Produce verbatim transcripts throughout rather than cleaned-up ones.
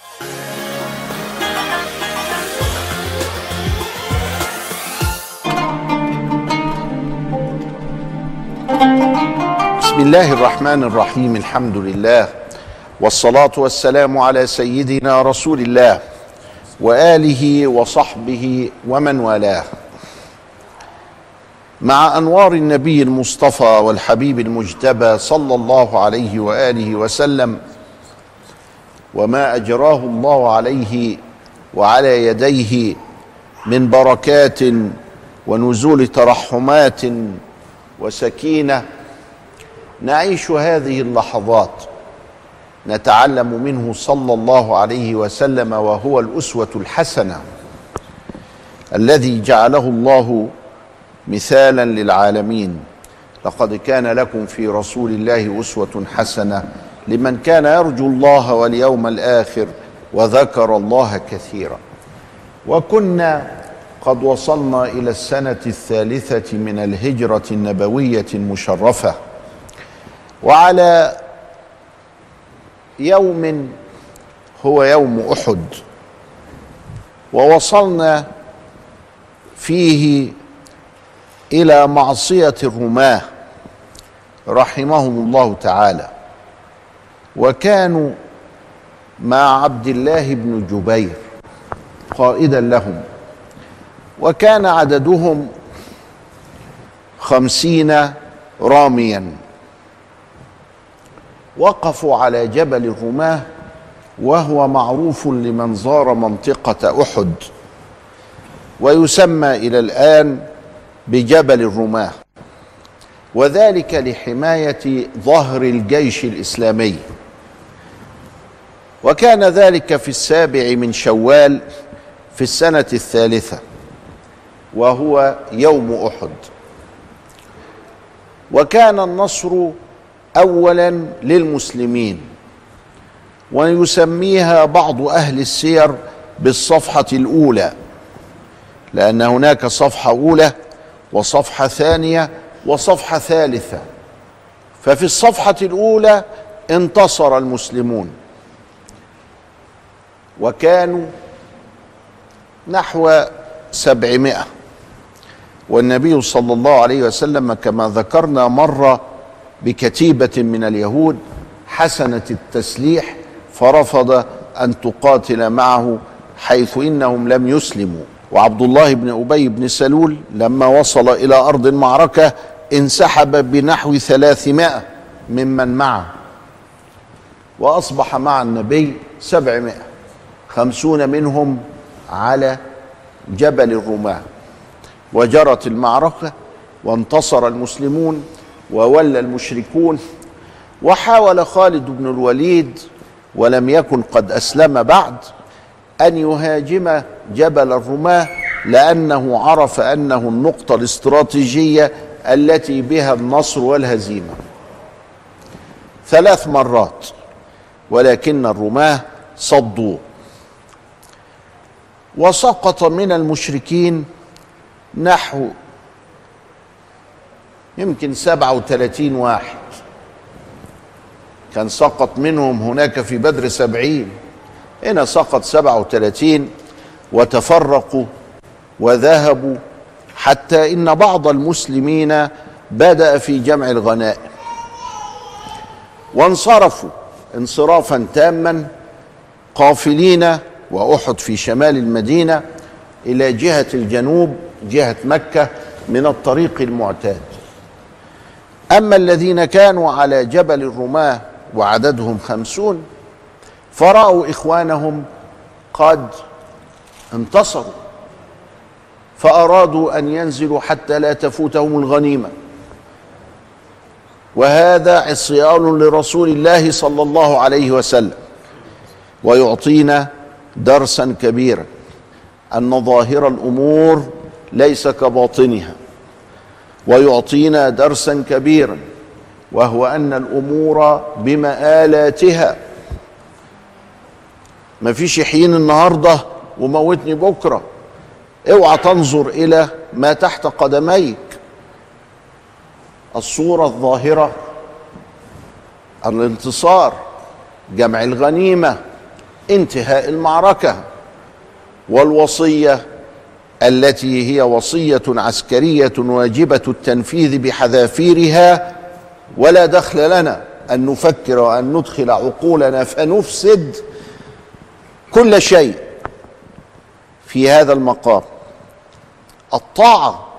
بسم الله الرحمن الرحيم. الحمد لله والصلاة والسلام على سيدنا رسول الله وآله وصحبه ومن والاه. مع أنوار النبي المصطفى والحبيب المجتبى صلى الله عليه وآله وسلم وما أجراه الله عليه وعلى يديه من بركات ونزول ترحمات وسكينة، نعيش هذه اللحظات نتعلم منه صلى الله عليه وسلم، وهو الأسوة الحسنة الذي جعله الله مثالا للعالمين. لقد كان لكم في رسول الله أسوة حسنة لمن كان يرجو الله واليوم الآخر وذكر الله كثيرا. وكنا قد وصلنا إلى السنة الثالثة من الهجرة النبوية المشرفة، وعلى يوم هو يوم أحد، ووصلنا فيه إلى معصية الرماة رحمهم الله تعالى، وكانوا مع عبد الله بن جبير قائدا لهم، وكان عددهم خمسين راميا. وقفوا على جبل الرماة، وهو معروف لمن زار منطقة أحد، ويسمى إلى الآن بجبل الرماة، وذلك لحماية ظهر الجيش الإسلامي. وكان ذلك في السابع من شوال في السنة الثالثة، وهو يوم أحد. وكان النصر أولا للمسلمين، ويسميها بعض أهل السير بالصفحة الأولى، لأن هناك صفحة أولى وصفحة ثانية وصفحة ثالثة. ففي الصفحة الأولى انتصر المسلمون، وكانوا نحو سبعمائة، والنبي صلى الله عليه وسلم كما ذكرنا مر بكتيبة من اليهود حسنة التسليح، فرفض أن تقاتل معه حيث إنهم لم يسلموا. وعبد الله بن أبي بن سلول لما وصل إلى أرض المعركة انسحب بنحو ثلاثمائة ممن معه، وأصبح مع النبي سبعمائة، خمسون منهم على جبل الرماة. وجرت المعركة وانتصر المسلمون وولى المشركون. وحاول خالد بن الوليد، ولم يكن قد أسلم بعد، أن يهاجم جبل الرماة، لأنه عرف أنه النقطة الاستراتيجية التي بها النصر والهزيمة ثلاث مرات، ولكن الرماة صدوا، وسقط من المشركين نحو يمكن سبعة وثلاثين واحد. كان سقط منهم هناك في بدر سبعين، هنا سقط سبعة وثلاثين، وتفرقوا وذهبوا، حتى إن بعض المسلمين بدأ في جمع الغنائم، وانصرفوا انصرافا تاما قافلين، وأحد في شمال المدينة إلى جهة الجنوب جهة مكة من الطريق المعتاد. أما الذين كانوا على جبل الرماة وعددهم خمسون فرأوا إخوانهم قد انتصروا، فأرادوا أن ينزلوا حتى لا تفوتهم الغنيمة، وهذا عصيان لرسول الله صلى الله عليه وسلم، ويعطينا درسا كبيرا أن ظاهر الأمور ليس كباطنها، ويعطينا درسا كبيرا وهو أن الأمور بمآلاتها. ما فيش حين النهاردة وموتني بكرة، اوعى تنظر إلى ما تحت قدميك. الصورة الظاهرة الانتصار، جمع الغنيمة، انتهاء المعركة. والوصية التي هي وصية عسكرية واجبة التنفيذ بحذافيرها، ولا دخل لنا أن نفكر وأن ندخل عقولنا فنفسد كل شيء في هذا المقام. الطاعة،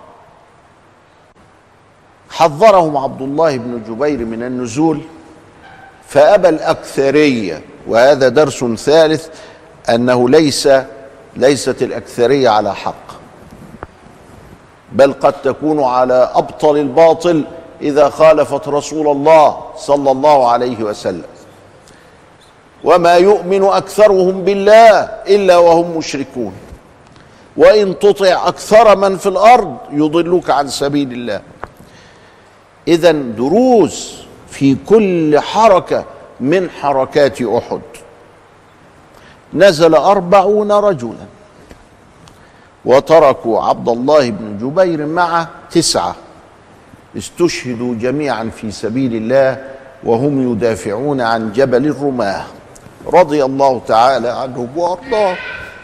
حذرهم عبد الله بن جبير من النزول فأبى الأكثرية، وهذا درس ثالث أنه ليس ليست الأكثرية على حق، بل قد تكون على أبطل الباطل إذا خالفت رسول الله صلى الله عليه وسلم. وما يؤمن أكثرهم بالله إلا وهم مشركون، وإن تطع أكثر من في الأرض يضلوك عن سبيل الله. إذن دروس في كل حركة من حركات أحد. نزل أربعون رجلا وتركوا عبد الله بن جبير معه تسعة استشهدوا جميعا في سبيل الله وهم يدافعون عن جبل الرماة رضي الله تعالى عنهم وأرضاه.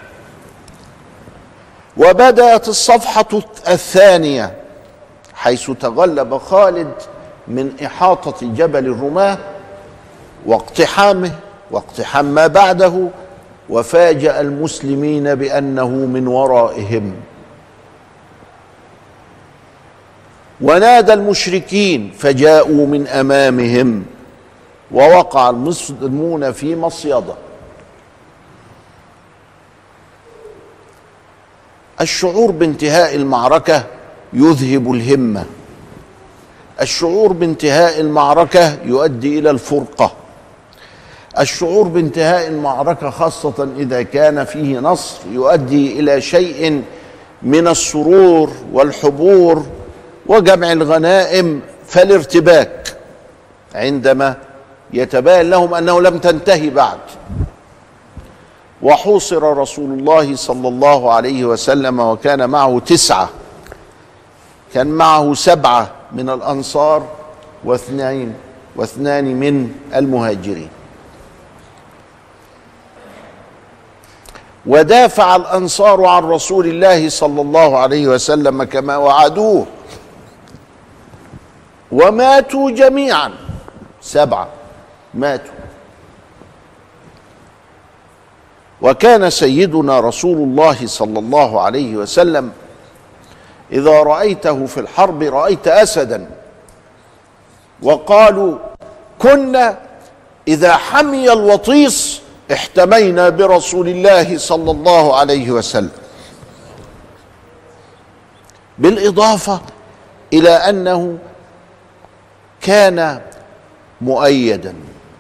وبدأت الصفحة الثانية حيث تغلب خالد من إحاطة جبل الرماة واقتحامه واقتحام ما بعده، وفاجأ المسلمين بأنه من ورائهم، ونادى المشركين فجاءوا من أمامهم، ووقع المسلمون في مصيدة. الشعور بانتهاء المعركة يذهب الهمة، الشعور بانتهاء المعركة يؤدي إلى الفرقة، الشعور بانتهاء المعركة خاصة إذا كان فيه نصر يؤدي إلى شيء من السرور والحبور وجمع الغنائم، فالارتباك عندما يتبين لهم أنه لم تنتهي بعد. وحوصر رسول الله صلى الله عليه وسلم وكان معه تسعة، كان معه سبعة من الأنصار واثنين واثنان من المهاجرين. ودافع الأنصار عن رسول الله صلى الله عليه وسلم كما وعدوه، وماتوا جميعا، سبعة ماتوا. وكان سيدنا رسول الله صلى الله عليه وسلم إذا رأيته في الحرب رأيت أسدا، وقالوا كنا إذا حمي الوطيس احتمينا برسول الله صلى الله عليه وسلم. بالإضافة إلى أنه كان مؤيدا،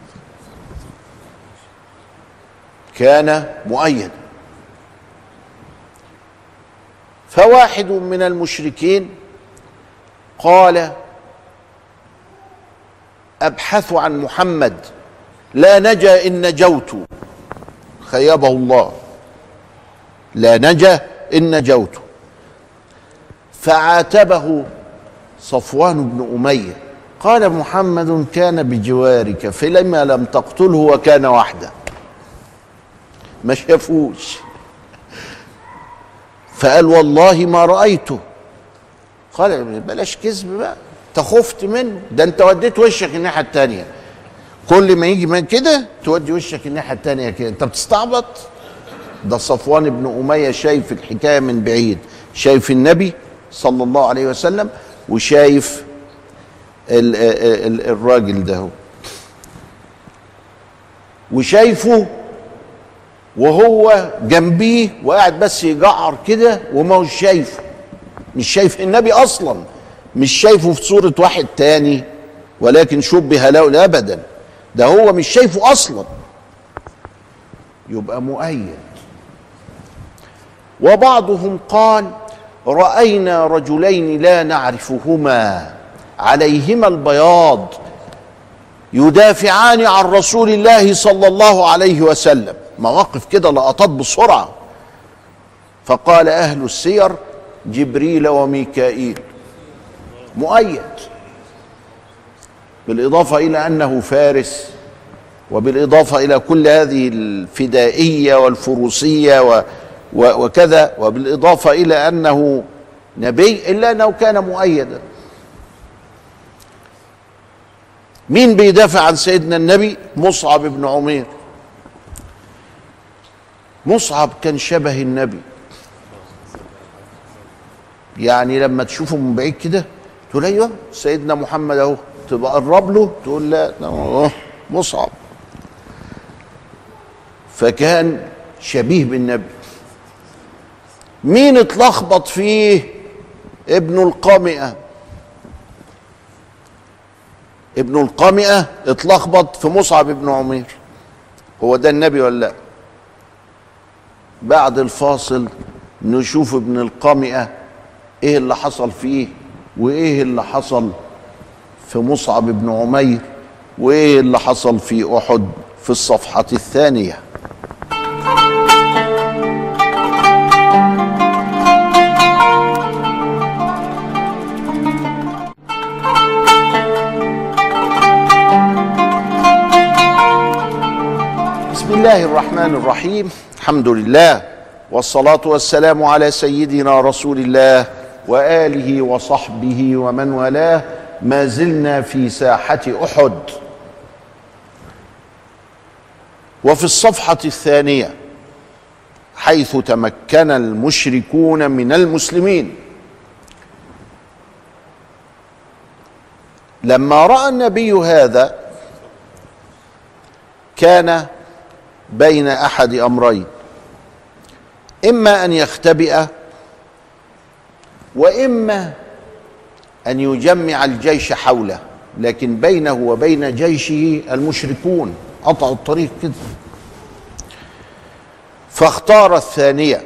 كان مؤيدا. فواحد من المشركين قال أبحث عن محمد لا نجا إن نجوت، خيبه الله، لا نجا إن نجوت. فعاتبه صفوان بن أمية قال محمد كان بجوارك فلما لم تقتله وكان وحده، ما شافوش. فقال والله ما رأيته. قال بلاش كذب بقى، انت خفت منه، ده انت وديت وشك الناحية التانية، كل ما يجي من كده تودي وشك الناحية التانية كده، انت بتستعبط. ده صفوان بن أمية شايف الحكاية من بعيد، شايف النبي صلى الله عليه وسلم وشايف ال ال الراجل ده، وشايفه وهو جنبيه وقاعد بس يجعر كده وما هو شايفه، مش شايف النبي اصلا، مش شايفه في صورة واحد تاني ولكن شبه له ابدا، ده هو مش شايفه اصلا، يبقى مؤيد. وبعضهم قال رأينا رجلين لا نعرفهما عليهما البياض يدافعان عن رسول الله صلى الله عليه وسلم، مواقف كده لقطات بسرعة. فقال أهل السير جبريل وميكائيل، مؤيد، بالإضافة إلى أنه فارس وبالإضافة إلى كل هذه الفدائية والفروسية و وكذا، وبالإضافة إلى أنه نبي، إلا أنه كان مؤيدا. مين بيدافع عن سيدنا النبي؟ مصعب بن عمير. مصعب كان شبه النبي، يعني لما تشوفه من بعيد كده تقول ايوه سيدنا محمد اهو، تبقى قرب له تقول لا ده مصعب. فكان شبيه بالنبي. مين اتلخبط فيه؟ ابن القامئة. ابن القامئة اتلخبط في مصعب بن عمير، هو ده النبي ولا لا؟ بعد الفاصل نشوف ابن القامئة ايه اللي حصل فيه، وايه اللي حصل في مصعب بن عمير، وايه اللي حصل في احد في الصفحة الثانية. بسم الله الرحمن الرحيم. الحمد لله والصلاة والسلام على سيدنا رسول الله وآله وصحبه ومن والاه. ما زلنا في ساحة أحد، وفي الصفحة الثانية حيث تمكن المشركون من المسلمين. لما رأى النبي هذا كان بين أحد أمرين، إما أن يختبئ وإما أن يجمع الجيش حوله، لكن بينه وبين جيشه المشركون قطعوا الطريق كده. فاختار الثانية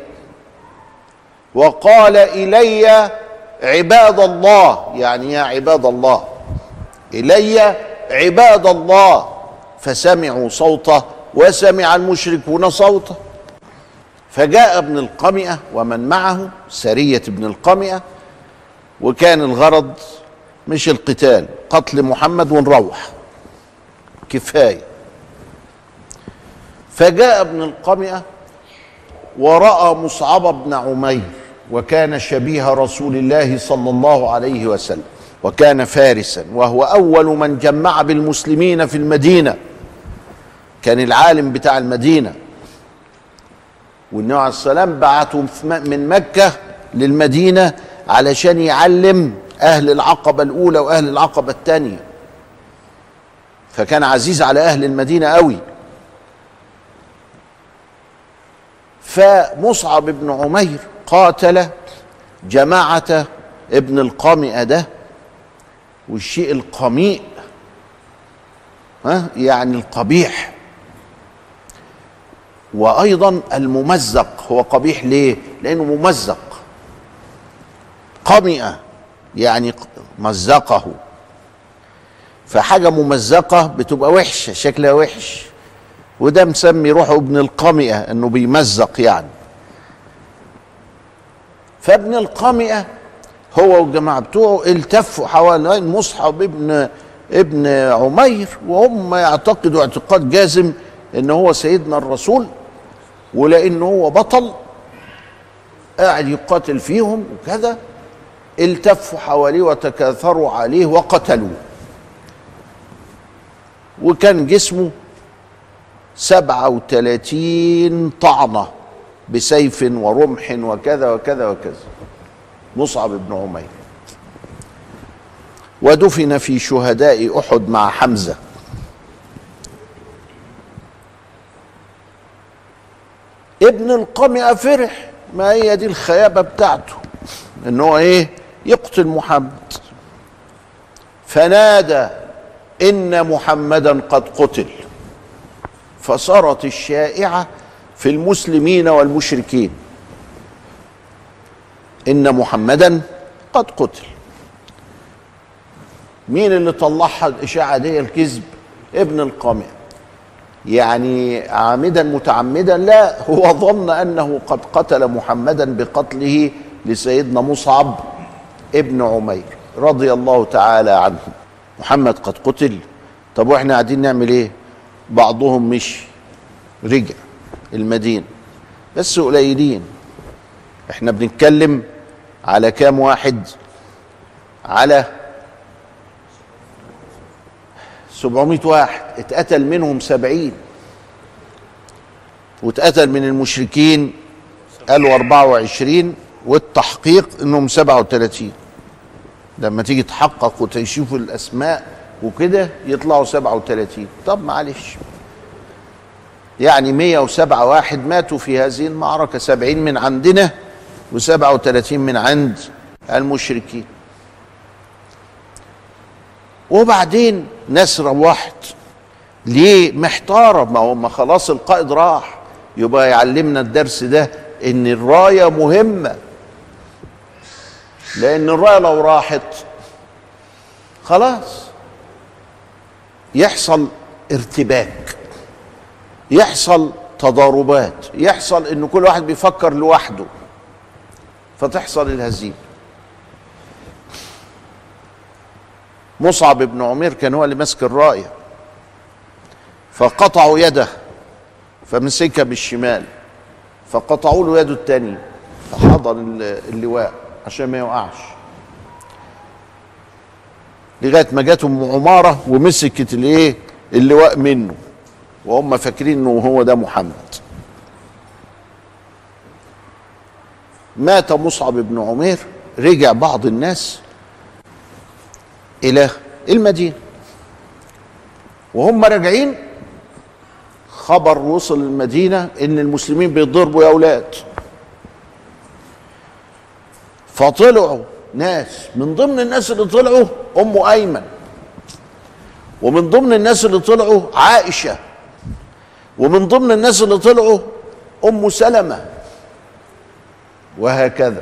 وقال إلي عباد الله، يعني يا عباد الله، إلي عباد الله. فسمعوا صوته وسمع المشركون صوته. فجاء ابن القمئة ومن معه، سرية ابن القمئة، وكان الغرض مش القتال، قتل محمد ونروح كفاية. فجاء ابن القمئة ورأى مصعب بن عمير، وكان شبيه رسول الله صلى الله عليه وسلم، وكان فارسا، وهو أول من جمع بالمسلمين في المدينة، كان العالم بتاع المدينة. والنبي عليه السلام بعته من مكة للمدينة علشان يعلم أهل العقبة الأولى وأهل العقبة الثانية، فكان عزيز على أهل المدينة قوي. فمصعب بن عمير قاتل جماعة ابن القامئة ده، والشيء القميء ها يعني القبيح، وأيضا الممزق. هو قبيح ليه؟ لأنه ممزق. قمئة يعني مزقه، فحاجة ممزقة بتبقى وحشة، شكلها وحش، وده مسمي روحه ابن القمئة، انه بيمزق يعني. فابن القمئة هو والجماعة بتوعه التفوا حوالين مصعب ابن ابن عمير، وهم يعتقدوا اعتقاد جازم ان هو سيدنا الرسول، ولانه هو بطل قاعد يقاتل فيهم وكذا، التفوا حواليه وتكاثروا عليه وقتلوه. وكان جسمه سبعة وثلاثين طعنة بسيف ورمح وكذا وكذا وكذا، مصعب بن عمير. ودفن في شهداء أحد مع حمزة. ابن القمئة فرح، ما هي دي الخيابة بتاعته، ان هو ايه؟ يقتل محمد. فنادى ان محمدا قد قتل، فصارت الشائعة في المسلمين والمشركين ان محمدا قد قتل. مين اللي طلعها الاشاعة دي الكذب؟ ابن القمئة، يعني عامدا متعمدا؟ لا، هو ظن انه قد قتل محمدا بقتله لسيدنا مصعب ابن عمير رضي الله تعالى عنه. محمد قد قتل، طب واحنا قاعدين نعمل ايه؟ بعضهم مشي رجع المدينة، بس قليلين. احنا بنتكلم على كام واحد؟ على سبعمائة واحد، اتقتل منهم سبعين، واتقتل من المشركين قالوا أربعة وعشرين، والتحقيق انهم سبعة وثلاثين. لما تيجي تحقق وتشوف الاسماء وكده يطلعوا سبعة وثلاثين. طب معلش، يعني مئة وسبعة واحد ماتوا في هذه المعركة، سبعين من عندنا وسبعة وثلاثين من عند المشركين. وبعدين ناس روحت ليه؟ محتارة. ما هو ما خلاص القائد راح، يبقى يعلمنا الدرس ده ان الراية مهمة، لان الراية لو راحت خلاص يحصل ارتباك، يحصل تضاربات، يحصل ان كل واحد بيفكر لوحده، فتحصل الهزيمة. مصعب بن عمير كان هو اللي ماسك الراية، فقطعوا يده فمسكها بالشمال، فقطعوا له يده الثانية، فحضن اللواء عشان ما يوقعش، لغايه ما جت ام عماره ومسكت الايه اللواء منه، وهم فاكرين انه هو ده محمد. مات مصعب بن عمير. رجع بعض الناس الى المدينه، وهم راجعين خبر وصل المدينه ان المسلمين بيضربوا يا اولاد. فطلعوا ناس، من ضمن الناس اللي طلعوا ام ايمن، ومن ضمن الناس اللي طلعوا عائشه، ومن ضمن الناس اللي طلعوا ام سلمة، وهكذا.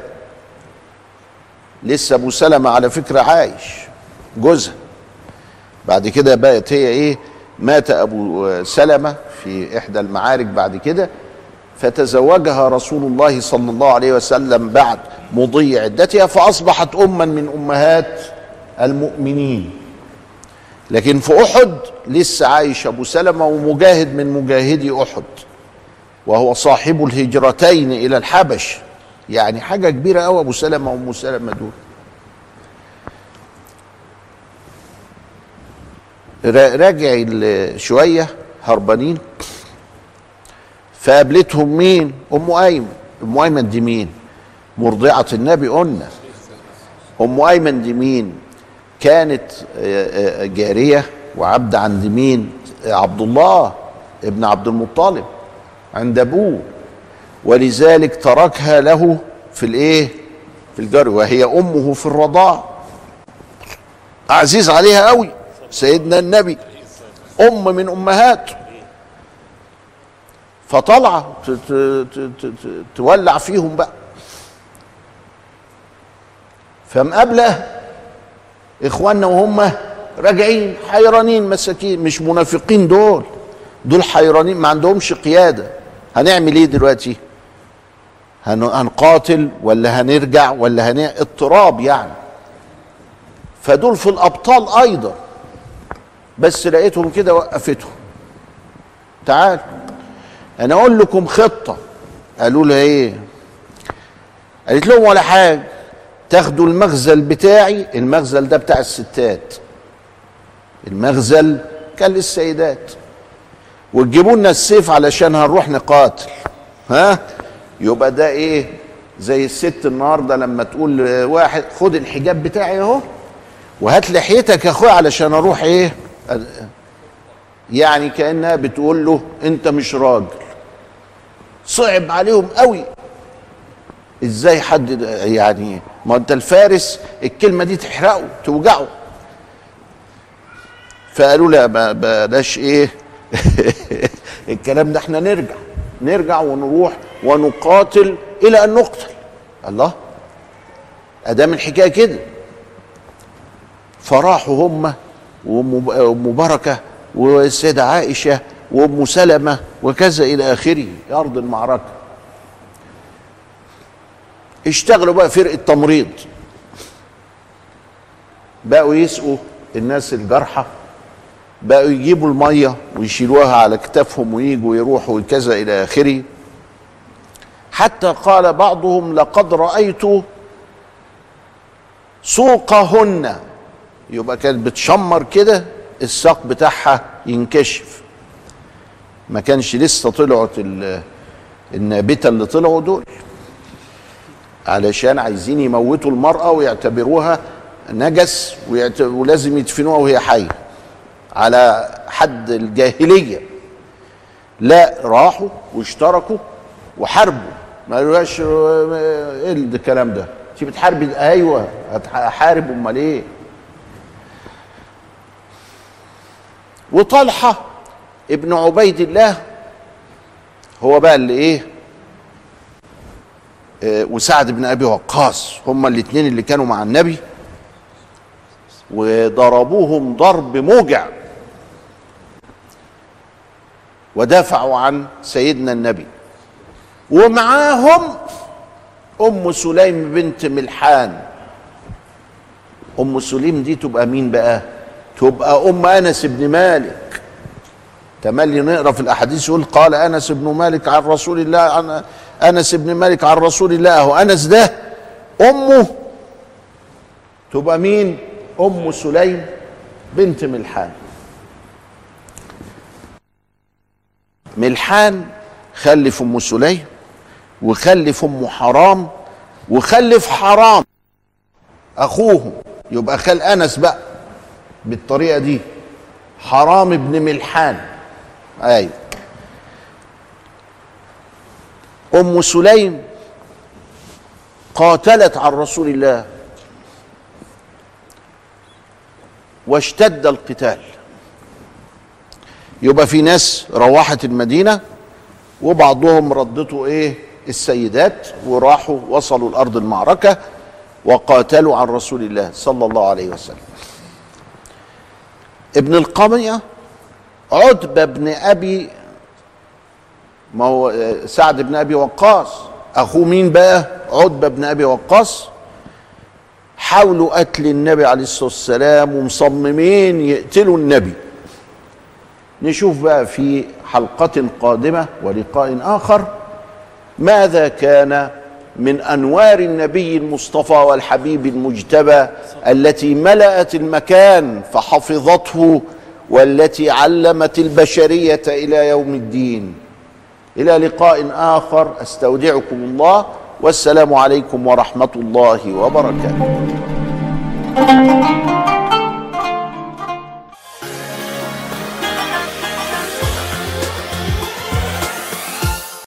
لسه ابو سلمة على فكرة عايش، جوزها. بعد كده بقت هي ايه، مات ابو سلمة في احدى المعارك بعد كده، فتزوجها رسول الله صلى الله عليه وسلم بعد مضي عدتها، فاصبحت اما من امهات المؤمنين. لكن في احد لسه عايش ابو سلمة، ومجاهد من مجاهدي احد، وهو صاحب الهجرتين الى الحبش، يعني حاجه كبيره قوي ابو سلمة وام سلمة دول. راجع شويه هربانين، فقابلتهم مين؟ ام ايمن. ام ايمن دي مين؟ مرضعه النبي قلنا. ام ايمن دي مين؟ كانت جاريه وعبد عند مين؟ عبد الله ابن عبد المطلب عند ابوه، ولذلك تركها له في الايه؟ في الجار، وهي امه في الرضاعه. عزيز عليها قوي سيدنا النبي، ام من امهاته. فطلع تولع فيهم بقى، فمقابله اخواننا وهم راجعين حيرانين مساكين، مش منافقين دول، دول حيرانين ما عندهمش قياده. هنعمل ايه دلوقتي؟ هنقاتل ولا هنرجع ولا هن اضطراب يعني. فدول في الابطال ايضا، بس لقيتهم كده وقفتهم. تعال انا اقول لكم خطه. قالوا لها ايه؟ قالت لهم ولا حاجه، تاخدوا المغزل بتاعي، المغزل ده بتاع الستات، المغزل كان للسيدات، وتجيبوا لنا السيف علشان هنروح نقاتل. ها؟ يبقى ده ايه؟ زي الست النهارده لما تقول واحد خد الحجاب بتاعي اهو، وهات لحيتك يا اخويا علشان اروح ايه؟ يعني كانها بتقول له انت مش راجل. صعب عليهم قوي، ازاي حد يعني، ما انت الفارس الكلمه دي تحرقه توجعه. فقالوا لا بلاش ايه الكلام ده، احنا نرجع نرجع ونروح ونقاتل الى ان نقتل. الله، ادام الحكايه كده. فراحوا هم وام بركه والسيده عائشه وام سلمة وكذا الى اخره ارض المعركه. اشتغلوا بقى فرقه تمريض، بقوا يسقوا الناس الجرحى بقوا يجيبوا الميه ويشيلوها على كتافهم ويجوا يروحوا وكذا الى اخره، حتى قال بعضهم لقد رأيت سوقهن، يبقى كانت بتشمر كده الساق بتاعها ينكشف، ما كانش لسه طلعت النابته اللي طلعوا دول، علشان عايزين يموتوا المرأة ويعتبروها نجس ولازم يدفنوها وهي حية على حد الجاهلية. لا، راحوا واشتركوا وحاربوا، ما قالوهاش ايه الكلام ده، انت بتحاربي؟ ايوه هحارب، امال ايه. وطلحه ابن عبيد الله هو بقى اللي ايه، اه وسعد بن ابي وقاص، هما الاثنين اللي كانوا مع النبي وضربوهم ضرب موجع ودافعوا عن سيدنا النبي. ومعاهم ام سليم بنت ملحان. ام سليم دي تبقى مين بقى؟ تبقى ام انس بن مالك. تملي نقرا في الاحاديث يقول قال انس بن مالك عن رسول الله، عن انس بن مالك عن رسول الله، هو انس ده امه تبقى مين؟ ام سليم بنت ملحان. ملحان خلف ام سليم وخلف ام حرام وخلف حرام اخوهم، يبقى خال انس بقى بالطريقه دي حرام ابن ملحان. ايوه. ام سليم قاتلت عن رسول الله واشتد القتال، يبقى في ناس روحت المدينه وبعضهم ردته ايه السيدات وراحوا وصلوا الارض المعركه وقاتلوا عن رسول الله صلى الله عليه وسلم. ابن القمية عتبة بن ابي، ما هو سعد بن ابي وقاص اخوه مين بقى؟ عتبة بن ابي وقاص. حاولوا قتل النبي عليه الصلاه والسلام ومصممين يقتلوا النبي. نشوف بقى في حلقة قادمة ولقاء آخر ماذا كان من أنوار النبي المصطفى والحبيب المجتبى التي ملأت المكان فحفظته، والتي علمت البشرية إلى يوم الدين. إلى لقاء آخر، أستودعكم الله، والسلام عليكم ورحمة الله وبركاته.